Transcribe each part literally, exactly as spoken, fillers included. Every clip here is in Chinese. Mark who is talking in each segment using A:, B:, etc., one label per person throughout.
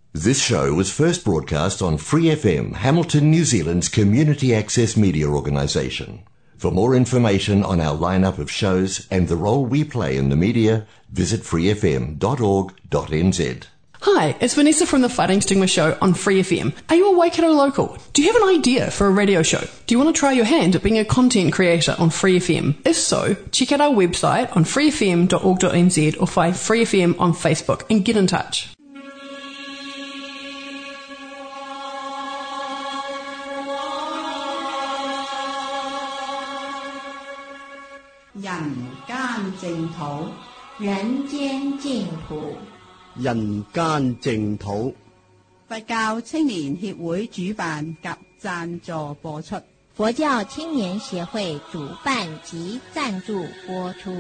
A: This show was first broadcast on Free F M, Hamilton, New Zealand's community access media organisation. For more information on our lineup of shows and the role we play in the media, visit free f m dot org dot n z.
B: Hi, it's Vanessa from the Fighting Stigma Show on Free F M. Are you a Waikato local? Do you have an idea for a radio show? Do you want to try your hand at being a content creator on Free F M? If so, check out our website on free f m dot org dot n z or find Free F M on Facebook and get in touch.
C: 人間淨土，人間淨土，
D: 人間淨土。
C: 佛教青年協會主辦及贊助播出。
E: 佛教青年協會主辦及贊助播出。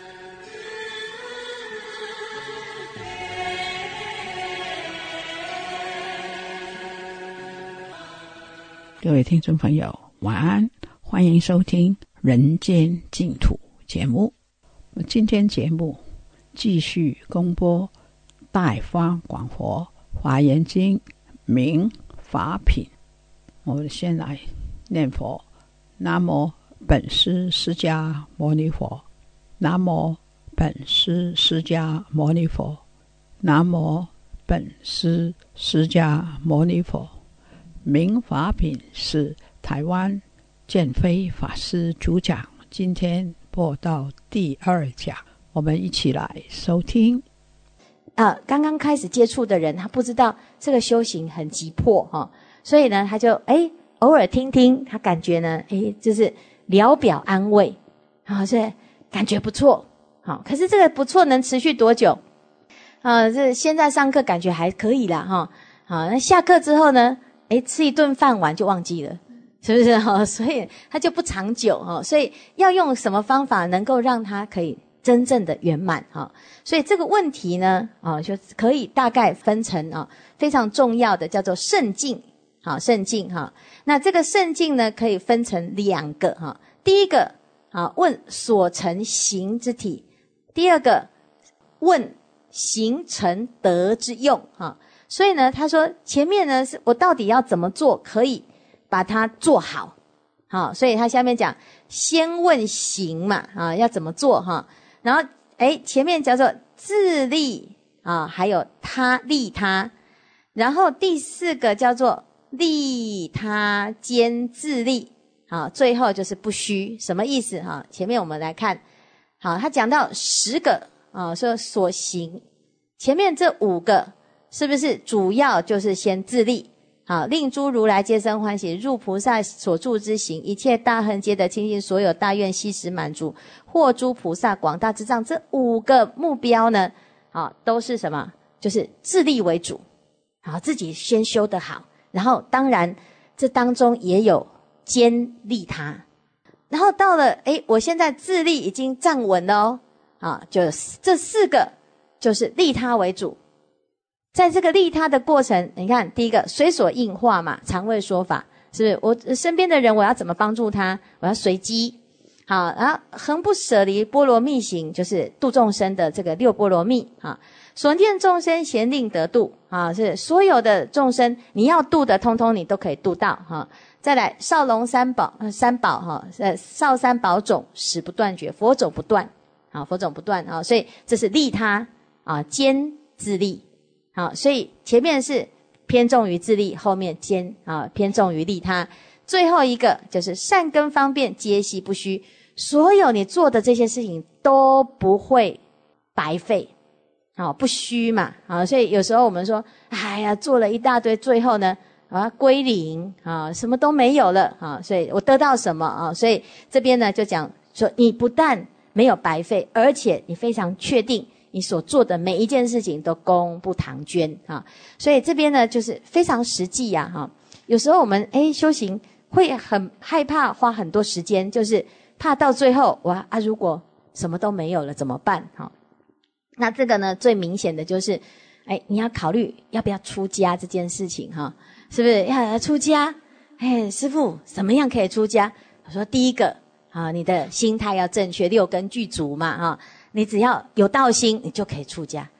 F: 各位听众朋友，晚安，欢迎收听人间净土节目。今天节目继续公播大方广佛华严经明法品。我们先来念佛：南无本师释迦牟尼佛，南无本师释迦牟尼佛，南无本师释迦牟尼佛。明法品是台湾建飞法师主讲，今天播到第二讲，我们一起来收听。
G: 呃，刚刚开始接触的人，他不知道这个修行很急迫哈、哦，所以呢，他就哎偶尔听听，他感觉呢，哎就是聊表安慰，啊、哦，所以感觉不错，好、哦，可是这个不错能持续多久？啊、呃，这现在上课感觉还可以啦，哈、哦，好，那下课之后呢？诶，吃一顿饭完就忘记了，是不是哈？所以它就不长久哈。所以要用什么方法能够让它可以真正的圆满哈？所以这个问题呢，啊，就可以大概分成啊非常重要的叫做圣境，好圣境哈。那这个圣境呢，可以分成两个哈。第一个啊，问所成行之体；第二个问行成德之用哈。所以呢，他说前面呢是我到底要怎么做可以把它做好，好，所以他下面讲先问行嘛，啊，要怎么做哈，然后诶前面叫做自利啊，还有他利他，然后第四个叫做利他兼自利，好，最后就是不虚，什么意思哈？前面我们来看，好，他讲到十个啊，说所行，前面这五个。是不是主要就是先自利，好，令诸如来皆生欢喜，入菩萨所住之行，一切大恨皆得清净，所有大愿悉实满足，获诸菩萨广大之藏。这五个目标呢，好，都是什么？就是自利为主，好，自己先修得好，然后当然这当中也有兼利他，然后到了诶我现在自利已经站稳了哦，啊，就这四个就是利他为主。在这个利他的过程，你看第一个随所应化嘛，常为说法，是不是？我身边的人我要怎么帮助他？我要随机，好，然后恒不舍离波罗蜜行，就是度众生的这个六波罗蜜啊。所见众生咸令得度啊，是所有的众生你要度的，通通你都可以度到哈。再来少龙三宝，呃三宝哈，呃少三宝种始不断绝，佛种不断，好，佛种不断啊，所以这是利他啊，兼自利。好，所以前面是偏重于自利，后面兼啊偏重于利他。最后一个就是善根方便，皆悉不虚。所有你做的这些事情都不会白费，好，不虚嘛。好，所以有时候我们说，哎呀，做了一大堆，最后呢啊归零啊，什么都没有了啊。所以我得到什么啊？所以这边呢就讲说，你不但没有白费，而且你非常确定。你所做的每一件事情都功不唐捐啊，所以这边呢就是非常实际呀、啊、哈。有时候我们诶修行会很害怕花很多时间，就是怕到最后哇啊如果什么都没有了怎么办哈？那这个呢最明显的就是诶你要考虑要不要出家这件事情哈，是不是要出家？诶师父怎么样可以出家？我说第一个啊，你的心态要正确，六根具足嘛哈。你只要有道心，你就可以出家。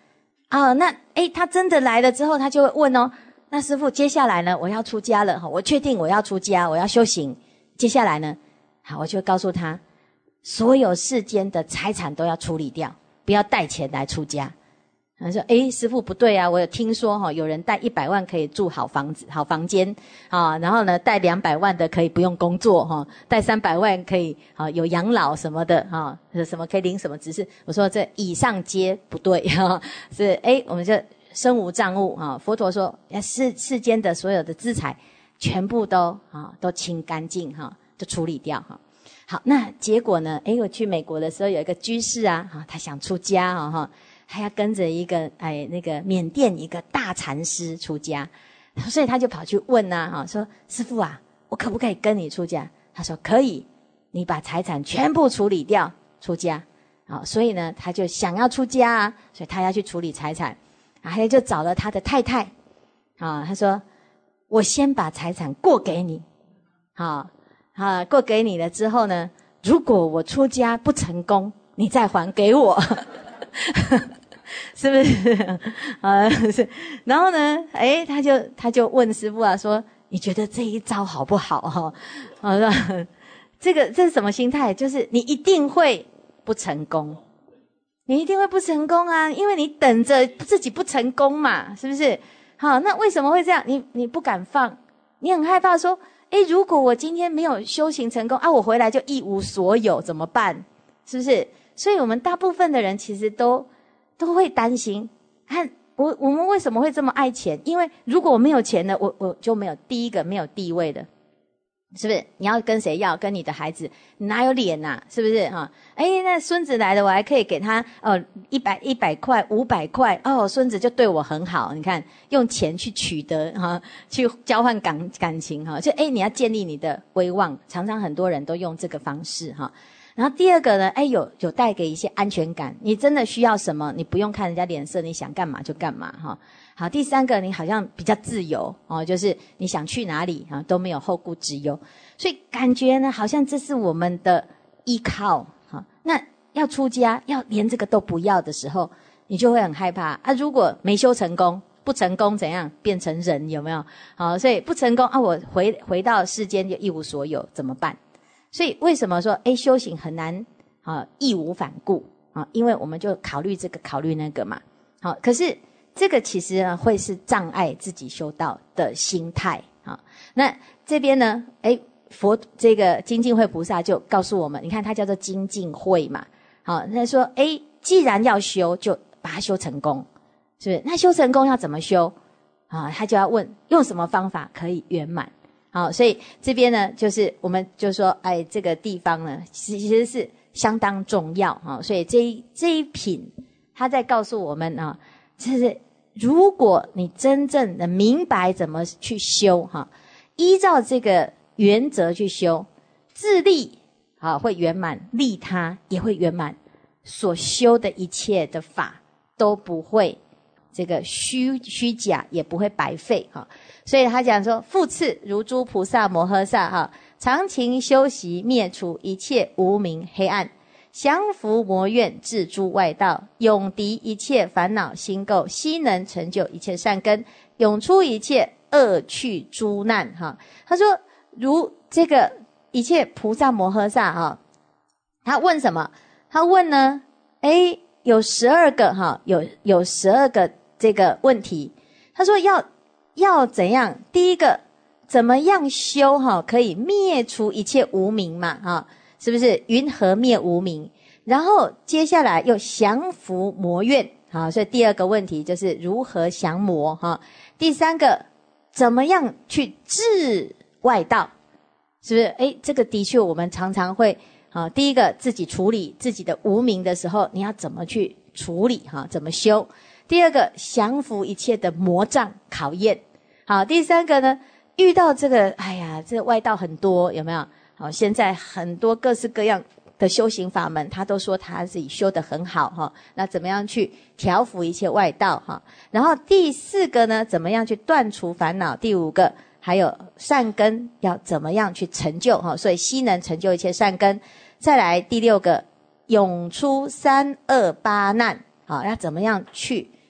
G: 啊，那诶他真的来了之后，他就会问哦，那师父接下来呢，我要出家了，我确定我要出家，我要修行，接下来呢，好，我就会告诉他，所有世间的财产都要处理掉，不要带钱来出家。他说诶师父不对啊，我有听说哈，有人带一百万可以住好房子好房间啊，然后呢带两百万的可以不用工作哈，带三百万可以啊有养老什么的哈，什么可以领什么指示。我说这以上皆不对哈，是诶我们就身无障物啊。佛陀说世世间的所有的资财全部都啊都清干净哈，就处理掉哈。好，那结果呢？诶我去美国的时候有一个居士啊，哈，他想出家啊哈。还要跟着一个哎那个缅甸一个大禅师出家，所以他就跑去问啊，哈，说师父啊，我可不可以跟你出家？他说可以，你把财产全部处理掉出家。啊，所以呢，他就想要出家啊，所以他要去处理财产，啊，他就找了他的太太，啊，他说我先把财产过给你，啊啊，过给你了之后呢，如果我出家不成功，你再还给我。是不是啊？是，然后呢？诶他就他就问师父啊，说你觉得这一招好不好？哈，好了，这个这是什么心态？就是你一定会不成功，你一定会不成功啊，因为你等着自己不成功嘛，是不是？好，那为什么会这样？你你不敢放，你很害怕说，诶如果我今天没有修行成功啊，我回来就一无所有，怎么办？是不是？所以我们大部分的人其实都。都会担心，看我我们为什么会这么爱钱？因为如果我没有钱呢，我我就没有第一个没有地位的，是不是？你要跟谁要？跟你的孩子，你哪有脸呐？是不是哈？哎，那孙子来了，我还可以给他哦一百一百块五百块哦，孙子就对我很好。你看，用钱去取得哈，去交换感感情哈，就哎你要建立你的威望，常常很多人都用这个方式哈。然后第二个呢，哎，有有带给一些安全感。你真的需要什么，你不用看人家脸色，你想干嘛就干嘛哈。好，第三个，你好像比较自由哦，就是你想去哪里啊都没有后顾之忧，所以感觉呢，好像这是我们的依靠哈。那要出家，要连这个都不要的时候，你就会很害怕啊。如果没修成功，不成功怎样变成人？有没有？好，所以不成功啊，我回回到世间就一无所有，怎么办？所以为什么说诶修行很难啊义无反顾啊？因为我们就考虑这个考虑那个嘛。好，可是这个其实呢会是障碍自己修道的心态啊。那这边呢，诶佛这个精进慧菩萨就告诉我们，你看它叫做精进慧嘛。好，他说诶既然要修，就把它修成功，是不是？那修成功要怎么修啊？他就要问用什么方法可以圆满。好，所以这边呢，就是我们就说，哎，这个地方呢，其实是相当重要哈。所以这一这一品，他在告诉我们啊，就是如果你真正的明白怎么去修哈，依照这个原则去修，自利啊会圆满，利他也会圆满，所修的一切的法都不会这个虚虚假，也不会白费哈。所以他讲说，复次如诸菩萨摩诃萨哈，常勤修习，灭除一切无明黑暗，降伏魔怨，治诸外道，永敌一切烦恼心垢，悉能成就一切善根，永出一切恶趣诸难哈。他说如这个一切菩萨摩诃萨哈，他问什么？他问呢，诶有十二个哈，有有十二个这个问题。他说要要怎样？第一个，怎么样修哈，可以灭除一切无明嘛哈？是不是？云何灭无明？然后接下来又降伏魔怨，好，所以第二个问题就是如何降魔哈。第三个，怎么样去治外道？是不是？诶，这个的确我们常常会啊。第一个自己处理自己的无明的时候，你要怎么去处理哈？怎么修？第二个，降服一切的魔障考验。好，第三个呢，遇到这个，哎呀，这个外道很多，有没有？好，现在很多各式各样的修行法门，他都说他自己修得很好哈。那怎么样去调伏一切外道哈？然后第四个呢，怎么样去断除烦恼？第五个，还有善根要怎么样去成就哈？所以悉能成就一切善根。再来第六个，永出三恶八难，好，要怎么样去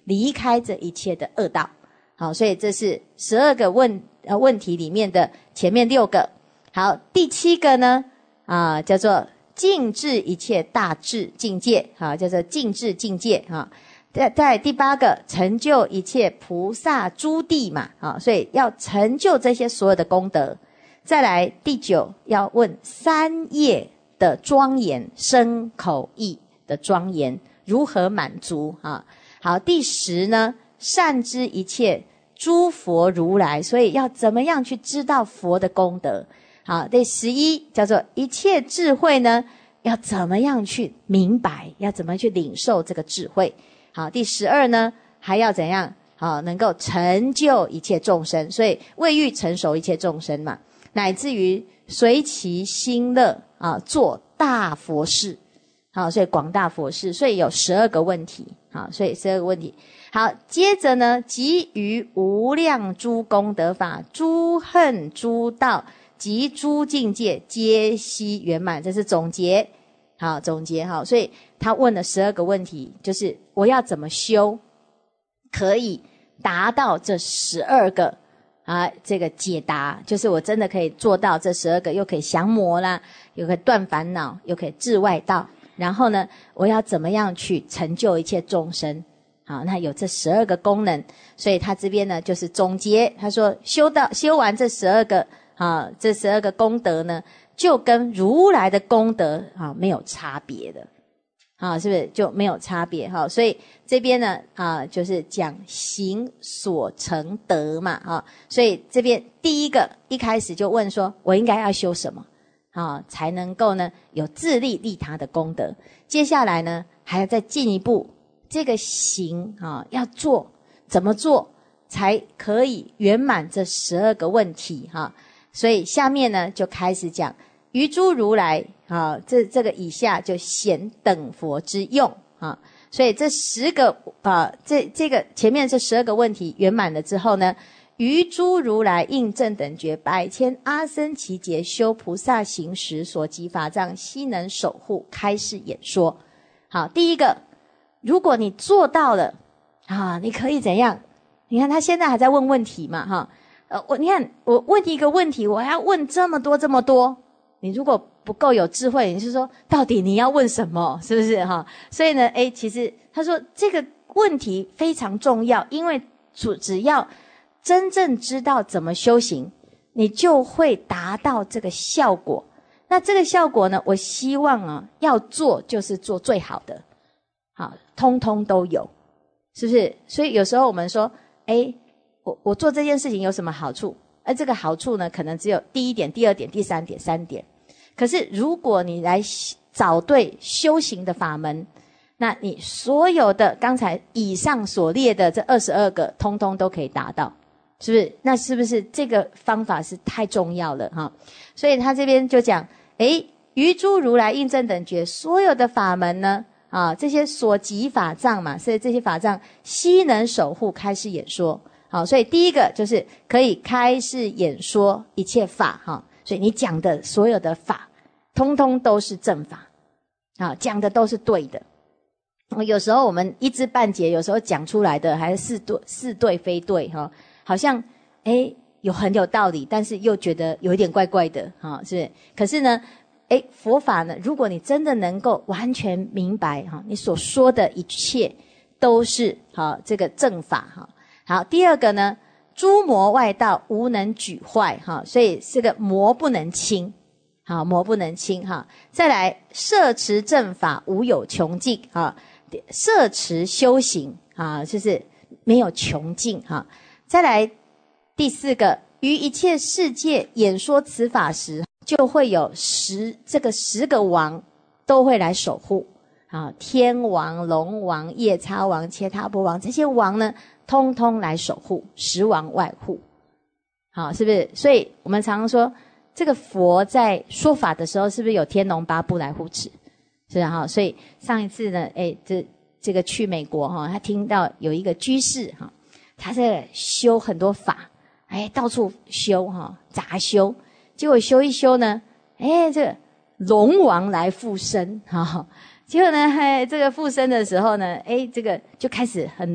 G: 离开这一切的恶道。好，所以这是十二个问呃问题里面的前面六个。好，第七个呢啊叫做尽至一切大智境界，好，叫做尽至境界哈。在在第八个成就一切菩萨诸地嘛，啊，所以要成就这些所有的功德。再来第九要问三业的庄严，身口意的庄严如何满足啊？好，第十呢善知一切诸佛如来，所以要怎么样去知道佛的功德？好，第十一叫做一切智慧呢，要怎么样去明白，要怎么去领受这个智慧？好，第十二呢，还要怎样？好，能够成就一切众生，所以为欲成熟一切众生嘛，乃至于随其心乐啊，做大佛事。好，所以广大佛事，所以有十二个问题。好，所以十二个问题。好，接着呢，及于无量诸功德法、诸恨诸道及诸境界，皆悉圆满。这是总结。好，总结好，所以他问了十二个问题，就是我要怎么修，可以达到这十二个啊，这个解答，就是我真的可以做到这十二个，又可以降魔啦，又可以断烦恼，又可以治外道。然后呢，我要怎么样去成就一切众生？好，那有这十二个功能，所以他这边呢就是总结，他说修到修完这十二个啊，这十二个功德呢，就跟如来的功德啊没有差别的，啊，是不是就没有差别哈？所以这边呢啊，就是讲行所成德嘛，啊，所以这边第一个一开始就问说，我应该要修什么？啊，才能够呢有自利利他的功德。接下来呢，还要再进一步，这个行啊要做，怎么做才可以圆满这十二个问题哈、啊？所以下面呢就开始讲于诸如来啊，这这个以下就显等佛之用啊。所以这十个啊，这这个前面这十二个问题圆满了之后呢，于诸如来应正等觉，百千阿僧祇劫修菩萨行时，所集法藏悉能守护，开示演说。好，第一个，如果你做到了啊，你可以怎样？你看他现在还在问问题嘛，哈，呃，我你看我问一个问题，我还要问这么多这么多，你如果不够有智慧，你是说到底你要问什么，是不是哈？所以呢，诶，其实他说这个问题非常重要，因为只只要真正知道怎么修行，你就会达到这个效果。那这个效果呢，我希望啊，要做就是做最好的，好，通通都有，是不是？所以有时候我们说，诶，我我做这件事情有什么好处？而这个好处呢，可能只有第一点、第二点、第三点、三点。可是如果你来找对修行的法门，那你所有的刚才以上所列的这二十二个，通通都可以达到。是不是？那是不是这个方法是太重要了哈？所以他这边就讲，诶，于诸如来应正等觉，所有的法门呢，啊，这些所集法藏嘛，所以这些法藏悉能守护，开示演说。好，所以第一个就是可以开示演说一切法哈。所以你讲的所有的法，通通都是正法，啊，讲的都是对的。有时候我们一知半解，有时候讲出来的还是是对是对非对哈。好像诶有很有道理，但是又觉得有一点怪怪的哈，是不是？可是呢，诶佛法呢，如果你真的能够完全明白哈，你所说的一切都是好这个正法哈。好，第二个呢，诸魔外道无能举坏哈，所以这个魔不能侵，好，魔不能侵哈。再来摄持正法无有穷尽哈，摄持修行啊，就是没有穷尽哈。再来第四个，于一切世界演说此法时，就会有十这个十个王都会来守护啊，天王、龙王、夜叉王、切他波王，这些王呢，通通来守护，十王外护，好，是不是？所以我们常常说，这个佛在说法的时候，是不是有天龙八部来护持？是啊，哈。所以上一次呢，诶，这这个去美国哈，他听到有一个居士哈。他在修很多法，哎，到处修哈，杂修，结果修一修呢，哎，这个龙王来附身哈，结果呢，哎，这个附身的时候呢，哎，这个就开始很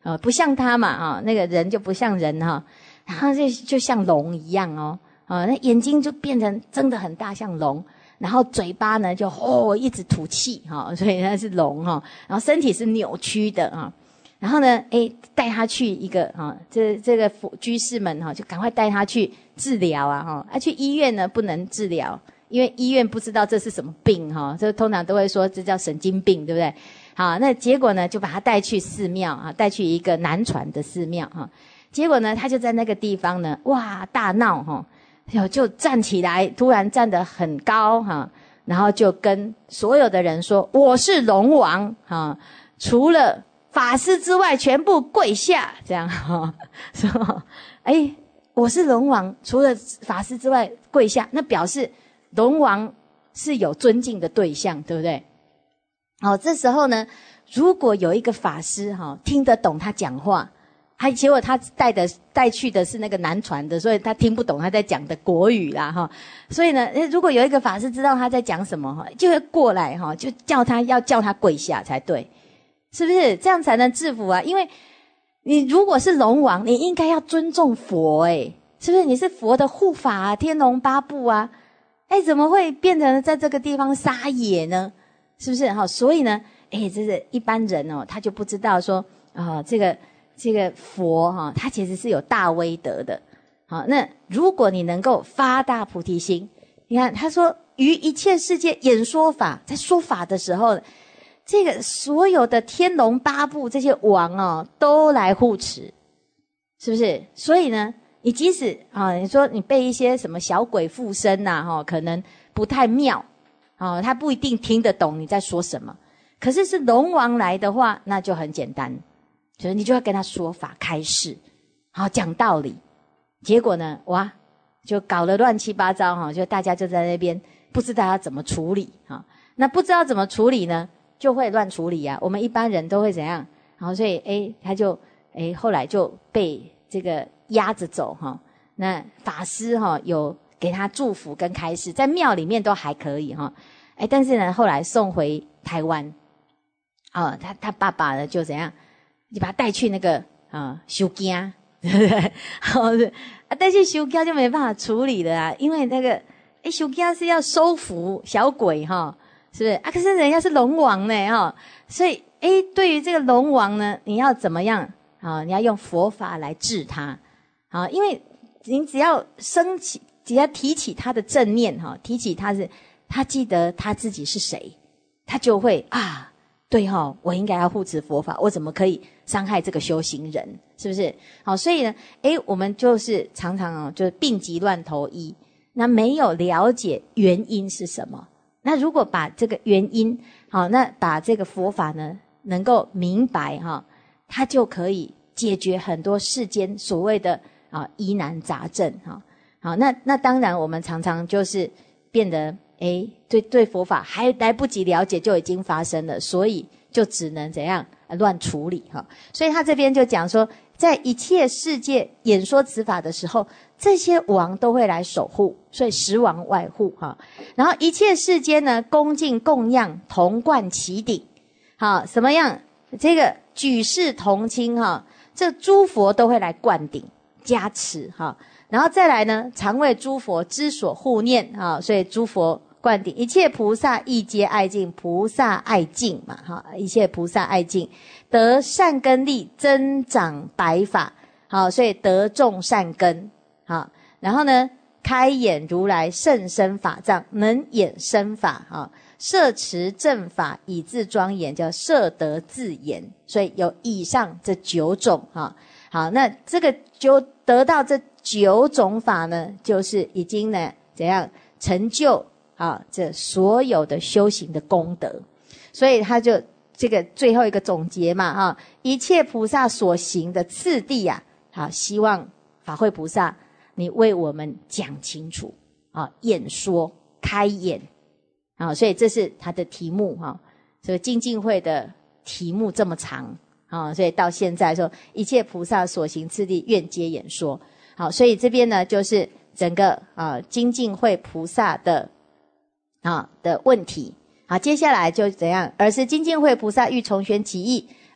G: 呃，不像他嘛啊，那个人就不像人哈，然后就就像龙一样哦，啊，那眼睛就变成真的很大，像龙，然后嘴巴呢就哦一直吐气哈，所以那是龙哈，然后身体是扭曲的啊，然后呢，哎，带他去一个啊，这这个居士们哈，就赶快带他去治疗啊哈，啊去医院呢不能治疗，因为医院不知道这是什么病哈，这通常都会说这叫神经病，对不对？好，那结果呢，就把他带去寺庙啊，带去一个南传的寺庙哈。结果呢，他就在那个地方呢，哇，大闹哈，就站起来，突然站得很高哈，然后就跟所有的人说：“我是龙王哈，除了法师之外，全部跪下。”这样哈，说：“哎，我是龙王，除了法师之外跪下。”那表示龙王是有尊敬的对象，对不对？好，这时候呢，如果有一个法师哈听得懂他讲话，还结果他带的带去的是那个南传的，所以他听不懂他在讲的国语啦哈。所以呢，如果有一个法师知道他在讲什么哈，就会过来哈，就叫他要叫他跪下才对，是不是？这样才能制服啊？因为你如果是龙王，你应该要尊重佛诶，是不是？你是佛的护法啊，天龙八部啊，哎，怎么会变成在这个地方撒野呢？是不是哈？所以呢，哎，这是一般人哦，他就不知道说啊、呃，这个这个佛哈、哦，他其实是有大威德的。好，那如果你能够发大菩提心，你看他说于一切世界演说法，在说法的时候，这个所有的天龙八部这些王哦，都来护持，是不是？所以呢，你即使啊，你说你被一些什么小鬼附身呐、啊，哈、哦，可能不太妙。哦，他不一定听得懂你在说什么，可是是龙王来的话，那就很简单，就是你就要跟他说法开示，好讲道理。结果呢，哇，就搞得乱七八糟哈，就大家就在那边不知道要怎么处理哈。那不知道怎么处理呢，就会乱处理啊。我们一般人都会怎样？然后所以诶，他就诶后来就被这个压着走哈。那法师哈有给他祝福跟开示，在庙里面都还可以哈，哎，但是呢，后来送回台湾，哦，他他爸爸呢就怎样，就把他带去那个啊收惊，对不对？哦，啊，带去收惊就没办法处理了啊，因为那个哎收惊是要收服小鬼哈、哦，是不是啊？可是人家是龙王呢哈、哦，所以哎，对于这个龙王呢，你要怎么样啊？你要用佛法来治他啊，因为你只要升起。只要提起他的正念哈，提起他是，他记得他自己是谁，他就会啊，对哈，我应该要护持佛法，我怎么可以伤害这个修行人？是不是？好，所以呢，诶，我们就是常常哦，就是病急乱投医，那没有了解原因是什么。那如果把这个原因，好，那把这个佛法呢，能够明白哈，它就可以解决很多世间所谓的啊疑难杂症哈。好，那那当然，我们常常就是变得，诶，对对佛法还来不及了解就已经发生了，所以就只能怎样乱处理哈。所以他这边就讲说，在一切世界演说此法的时候，这些王都会来守护，所以十王外护哈。然后一切世间呢，恭敬供养，同冠其顶，好，什么样？这个举世同亲哈，这诸佛都会来灌顶加持哈。然后再来呢，常为诸佛之所护念啊，所以诸佛灌顶，一切菩萨亦皆爱敬，菩萨爱敬嘛哈，一切菩萨爱敬，得善根力，增长白法，好，所以得众善根，好，然后呢，开演如来甚深法藏，能演深法哈，摄持正法，以自庄严，叫摄得自言，所以有以上这九种哈。好，那这个就得到这九种法呢，就是已经呢怎样成就啊这所有的修行的功德，所以他就这个最后一个总结嘛哈、啊，一切菩萨所行的次第啊，好，希望法会菩萨你为我们讲清楚啊，演说开演啊，所以这是他的题目哈、啊，所以精进会的题目这么长。啊、哦，所以到现在说一切菩萨所行次第，愿皆演说。好，所以这边呢就是整个啊精进会菩萨的啊的问题。好，接下来就怎样？尔时精进会菩萨欲重宣其意，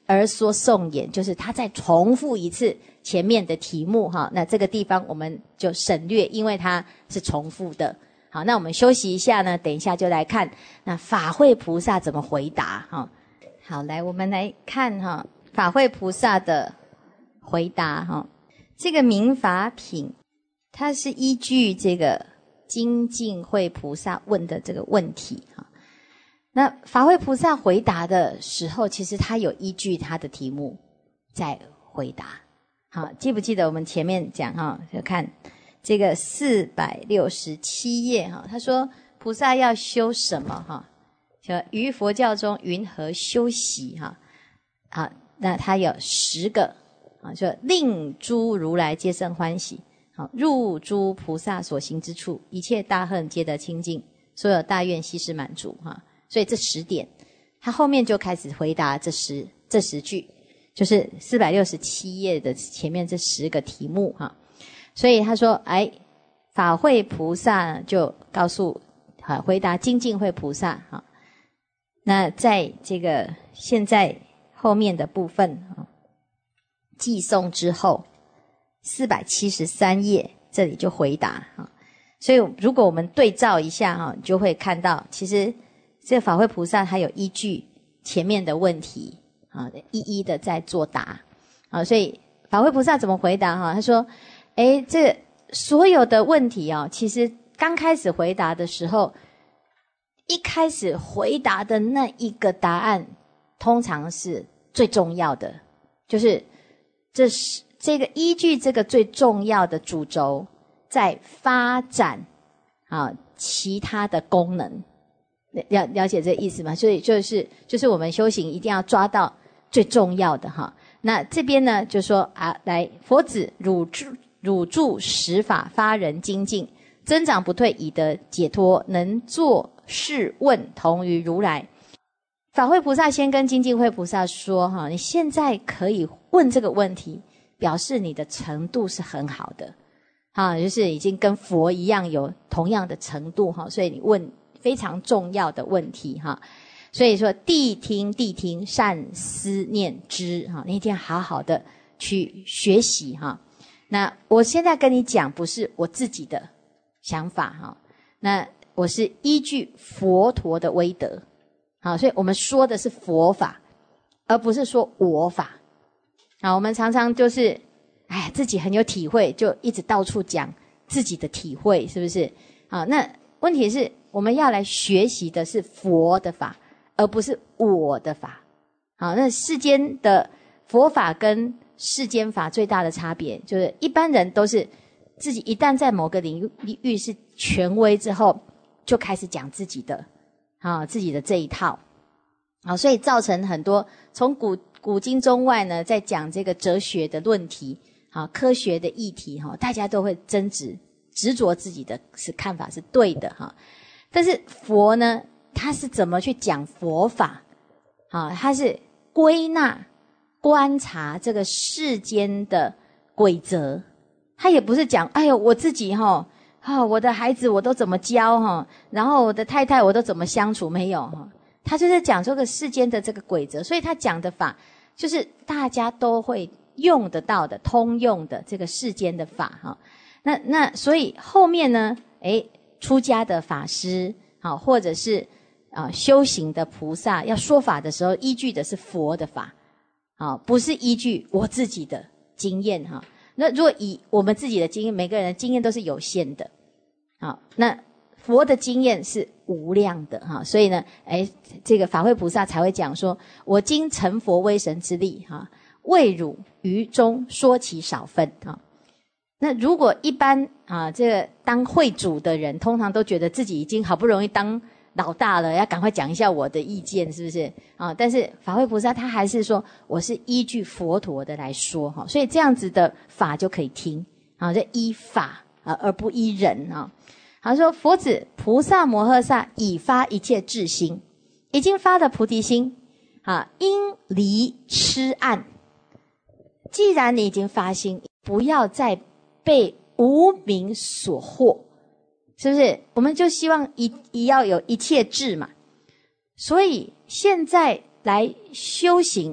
G: 而说诵言，就是他再重复一次前面的题目哈。那这个地方我们就省略，因为它是重复的。好，那我们休息一下呢，等一下就来看那法会菩萨怎么回答哈。好，来我们来看哈法会菩萨的回答哈。这个明法品，它是依据这个精进会菩萨问的这个问题哈。那法会菩萨回答的时候，其实他有依据他的题目在回答。好，记不记得我们前面讲哈，就看这个四百六十七页哈，他说菩萨要修什么哈？就于佛教中云何修习哈？好，那他有十个啊，就令诸如来皆生欢喜。好，入诸菩萨所行之处，一切大恨皆得清净，所有大愿悉是满足哈。所以这十点，他后面就开始回答这十这十句，就是四百六十七页的前面这十个题目哈。所以他说，哎，法会菩萨就告诉啊，回答精进会菩萨哈。那在这个现在后面的部分啊，寄诵之后，四百七十三页这里就回答哈。所以如果我们对照一下哈，你就会看到其实。这个法会菩萨他有依据前面的问题啊，一一的在作答啊，所以法会菩萨怎么回答哈？他说：“哎，这所有的问题啊，其实刚开始回答的时候，一开始回答的那一个答案，通常是最重要的，就是这是这个依据这个最重要的主轴，在发展啊其他的功能。”了了解这个意思吗？所以就是就是我们修行一定要抓到最重要的哈。那这边呢就说啊，来佛子汝住汝住十法发人精进，增长不退以得解脱，能作是问同于如来。法会菩萨先跟精进会菩萨说哈，你现在可以问这个问题，表示你的程度是很好的，哈，就是已经跟佛一样有同样的程度哈，所以你问。非常重要的问题哈，所以说谛听谛听，善思念之哈，你一定要好好的去学习哈。那我现在跟你讲，不是我自己的想法哈，那我是依据佛陀的威德，好，所以我们说的是佛法，而不是说我法。好，我们常常就是，哎，自己很有体会，就一直到处讲自己的体会，是不是？好，那问题是。我们要来学习的是佛的法，而不是我的法。好，那世间的佛法跟世间法最大的差别，就是一般人都是自己一旦在某个领域是权威之后，就开始讲自己的，啊，自己的这一套。好，所以造成很多从古古今中外呢，在讲这个哲学的论题，好，科学的议题，哈，大家都会争执，执着自己的是看法是对的，哈。但是佛呢，他是怎么去讲佛法？啊，他是归纳、观察这个世间的规则。他也不是讲，哎呦，我自己哈，啊，我的孩子我都怎么教哈，然后我的太太我都怎么相处，没有哈。他就是讲这个世间的这个规则，所以他讲的法就是大家都会用得到的、通用的这个世间的法哈。那那所以后面呢，诶。出家的法师，好，或者是啊修行的菩萨，要说法的时候，依据的是佛的法，啊，不是依据我自己的经验哈。那如果以我们自己的经验，每个人的经验都是有限的，好，那佛的经验是无量的哈。所以呢，哎，这个法会菩萨才会讲说，我今成佛威神之力哈，为汝于中说其少分哈。那如果一般啊，这个当会主的人，通常都觉得自己已经好不容易当老大了，要赶快讲一下我的意见，是不是啊？但是法会菩萨他还是说，我是依据佛陀的来说哈，所以这样子的法就可以听啊，就依法啊，而不依人啊。好，说佛子菩萨摩诃萨已发一切智心，已经发了菩提心啊，应离痴暗。既然你已经发心，不要再被无明所惑，是不是？我们就希望一一要有一切智嘛。所以现在来修行，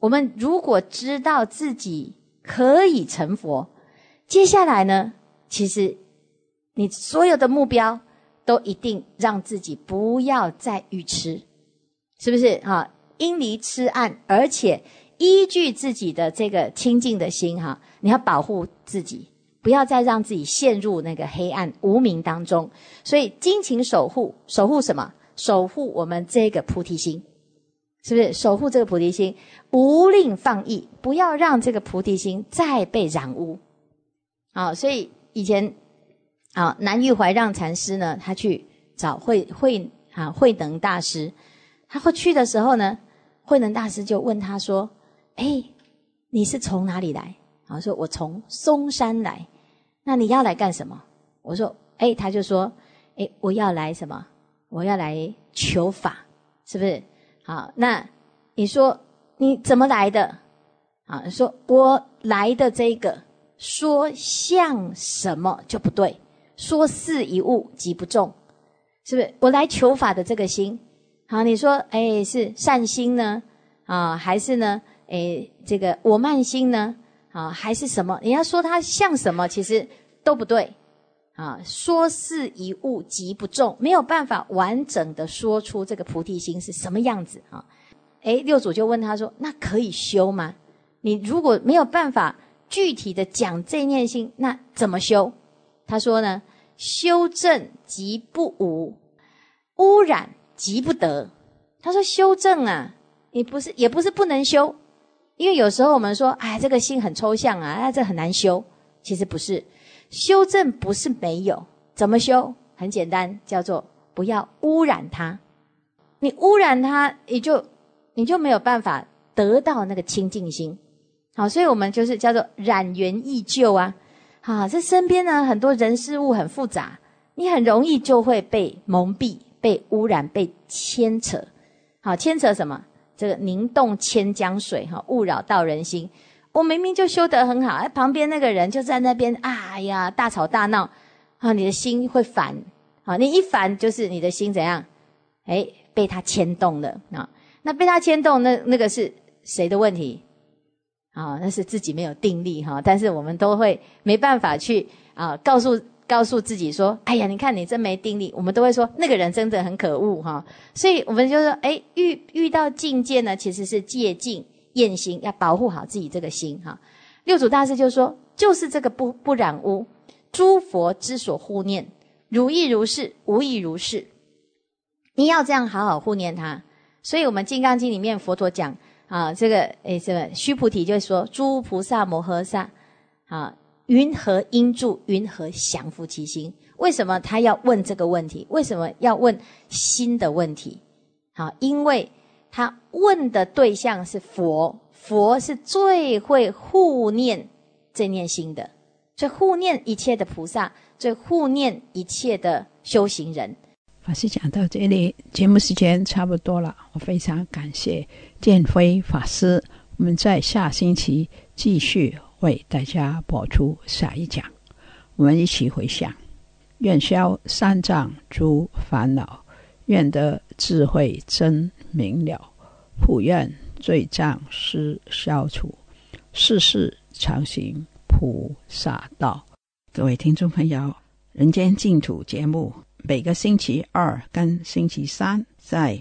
G: 我们如果知道自己可以成佛，接下来呢，其实你所有的目标都一定让自己不要再愚痴，是不是哈？因离痴暗，而且依据自己的这个清净的心哈，你要保护自己，不要再让自己陷入那个黑暗无明当中。所以精勤守护，守护什么？守护我们这个菩提心，是不是？守护这个菩提心，无令放逸，不要让这个菩提心再被染污。啊，所以以前啊，南玉怀让禅师呢，他去找慧慧啊慧能大师，他会去的时候呢，慧能大师就问他说：“哎，你是从哪里来？”啊，说我从嵩山来。那你要来干什么？我说：“哎，他就说，哎，我要来什么？我要来求法，是不是？好，那你说你怎么来的？啊，说我来的这个说像什么就不对。”说似一物即不中，是不是？我来求法的这个心，好，你说，哎，是善心呢，啊，还是呢，哎，这个我慢心呢，啊，还是什么？你要说它像什么，其实都不对，啊，说似一物即不中，没有办法完整的说出这个菩提心是什么样子啊？哎，六祖就问他说，那可以修吗？你如果没有办法具体的讲这念心，那怎么修？他说呢，修正即不无，污染即不得。他说修正啊，你不是也不是不能修，因为有时候我们说，哎，这个心很抽象啊，啊这很难修。其实不是，修正不是没有，怎么修？很简单，叫做不要污染它。你污染它，你就你就没有办法得到那个清净心。好，所以我们就是叫做染缘易旧啊。啊，这身边呢很多人事物很复杂，你很容易就会被蒙蔽、被污染、被牵扯。好，牵扯什么？这个凝动千江水，哈，误扰道人心。我明明就修得很好，哎，旁边那个人就在那边，哎呀，大吵大闹，啊，你的心会烦。好，你一烦就是你的心怎样？哎，被他牵动了啊。那被他牵动，那那个是谁的问题？啊、哦，那是自己没有定力哈，但是我们都会没办法去啊，告诉告诉自己说，哎呀，你看你真没定力，我们都会说那个人真的很可恶哈，所以我们就说，哎，遇遇到境界呢，其实是戒禁厌心，要保护好自己这个心哈。六祖大师就说，就是这个不不染污，诸佛之所护念，如意如是，无意如是，你要这样好好护念它。所以我们《金刚经》里面佛陀讲。啊，这个诶，这个须菩提就说：“诸菩萨摩诃萨，啊，云何应住？云何降伏其心？”为什么他要问这个问题？为什么要问心的问题？好，因为他问的对象是佛，佛是最会护念这念心的，最护念一切的菩萨，最护念一切的修行人。
F: 法师讲到这里，节目时间差不多了，我非常感谢建辉法师，我们在下星期继续为大家播出下一讲，我们一起回向：愿消三障诸烦恼，愿得智慧真明了，普愿罪障悉消除，世世常行菩萨道。各位听众朋友，人间净土节目每个星期二跟星期三在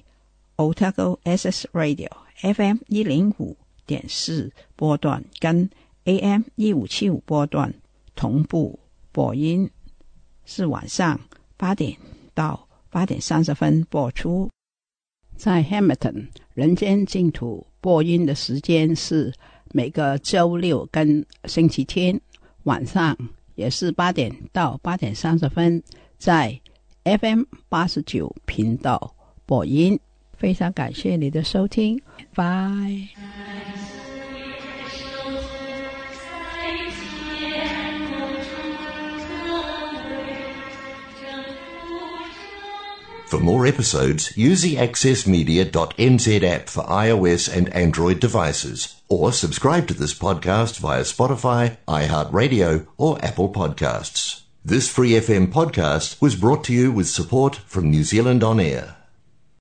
F: Otago S S Radio F M 一零五点四 波段跟 A M 一五七五 波段同步播音，是晚上八点到八点三十分播出。在 Hamilton 人间净土播音的时间是每个周六跟星期天晚上，也是八点到八点三十分在F M 八十九频道播音。非常感谢你的收听，拜。
A: For more episodes, use the access media dot n z app for iOS and Android devices, or subscribe to this podcast via Spotify, iHeartRadio, or Apple Podcasts. This Free F M podcast was brought to you with support from New Zealand On Air.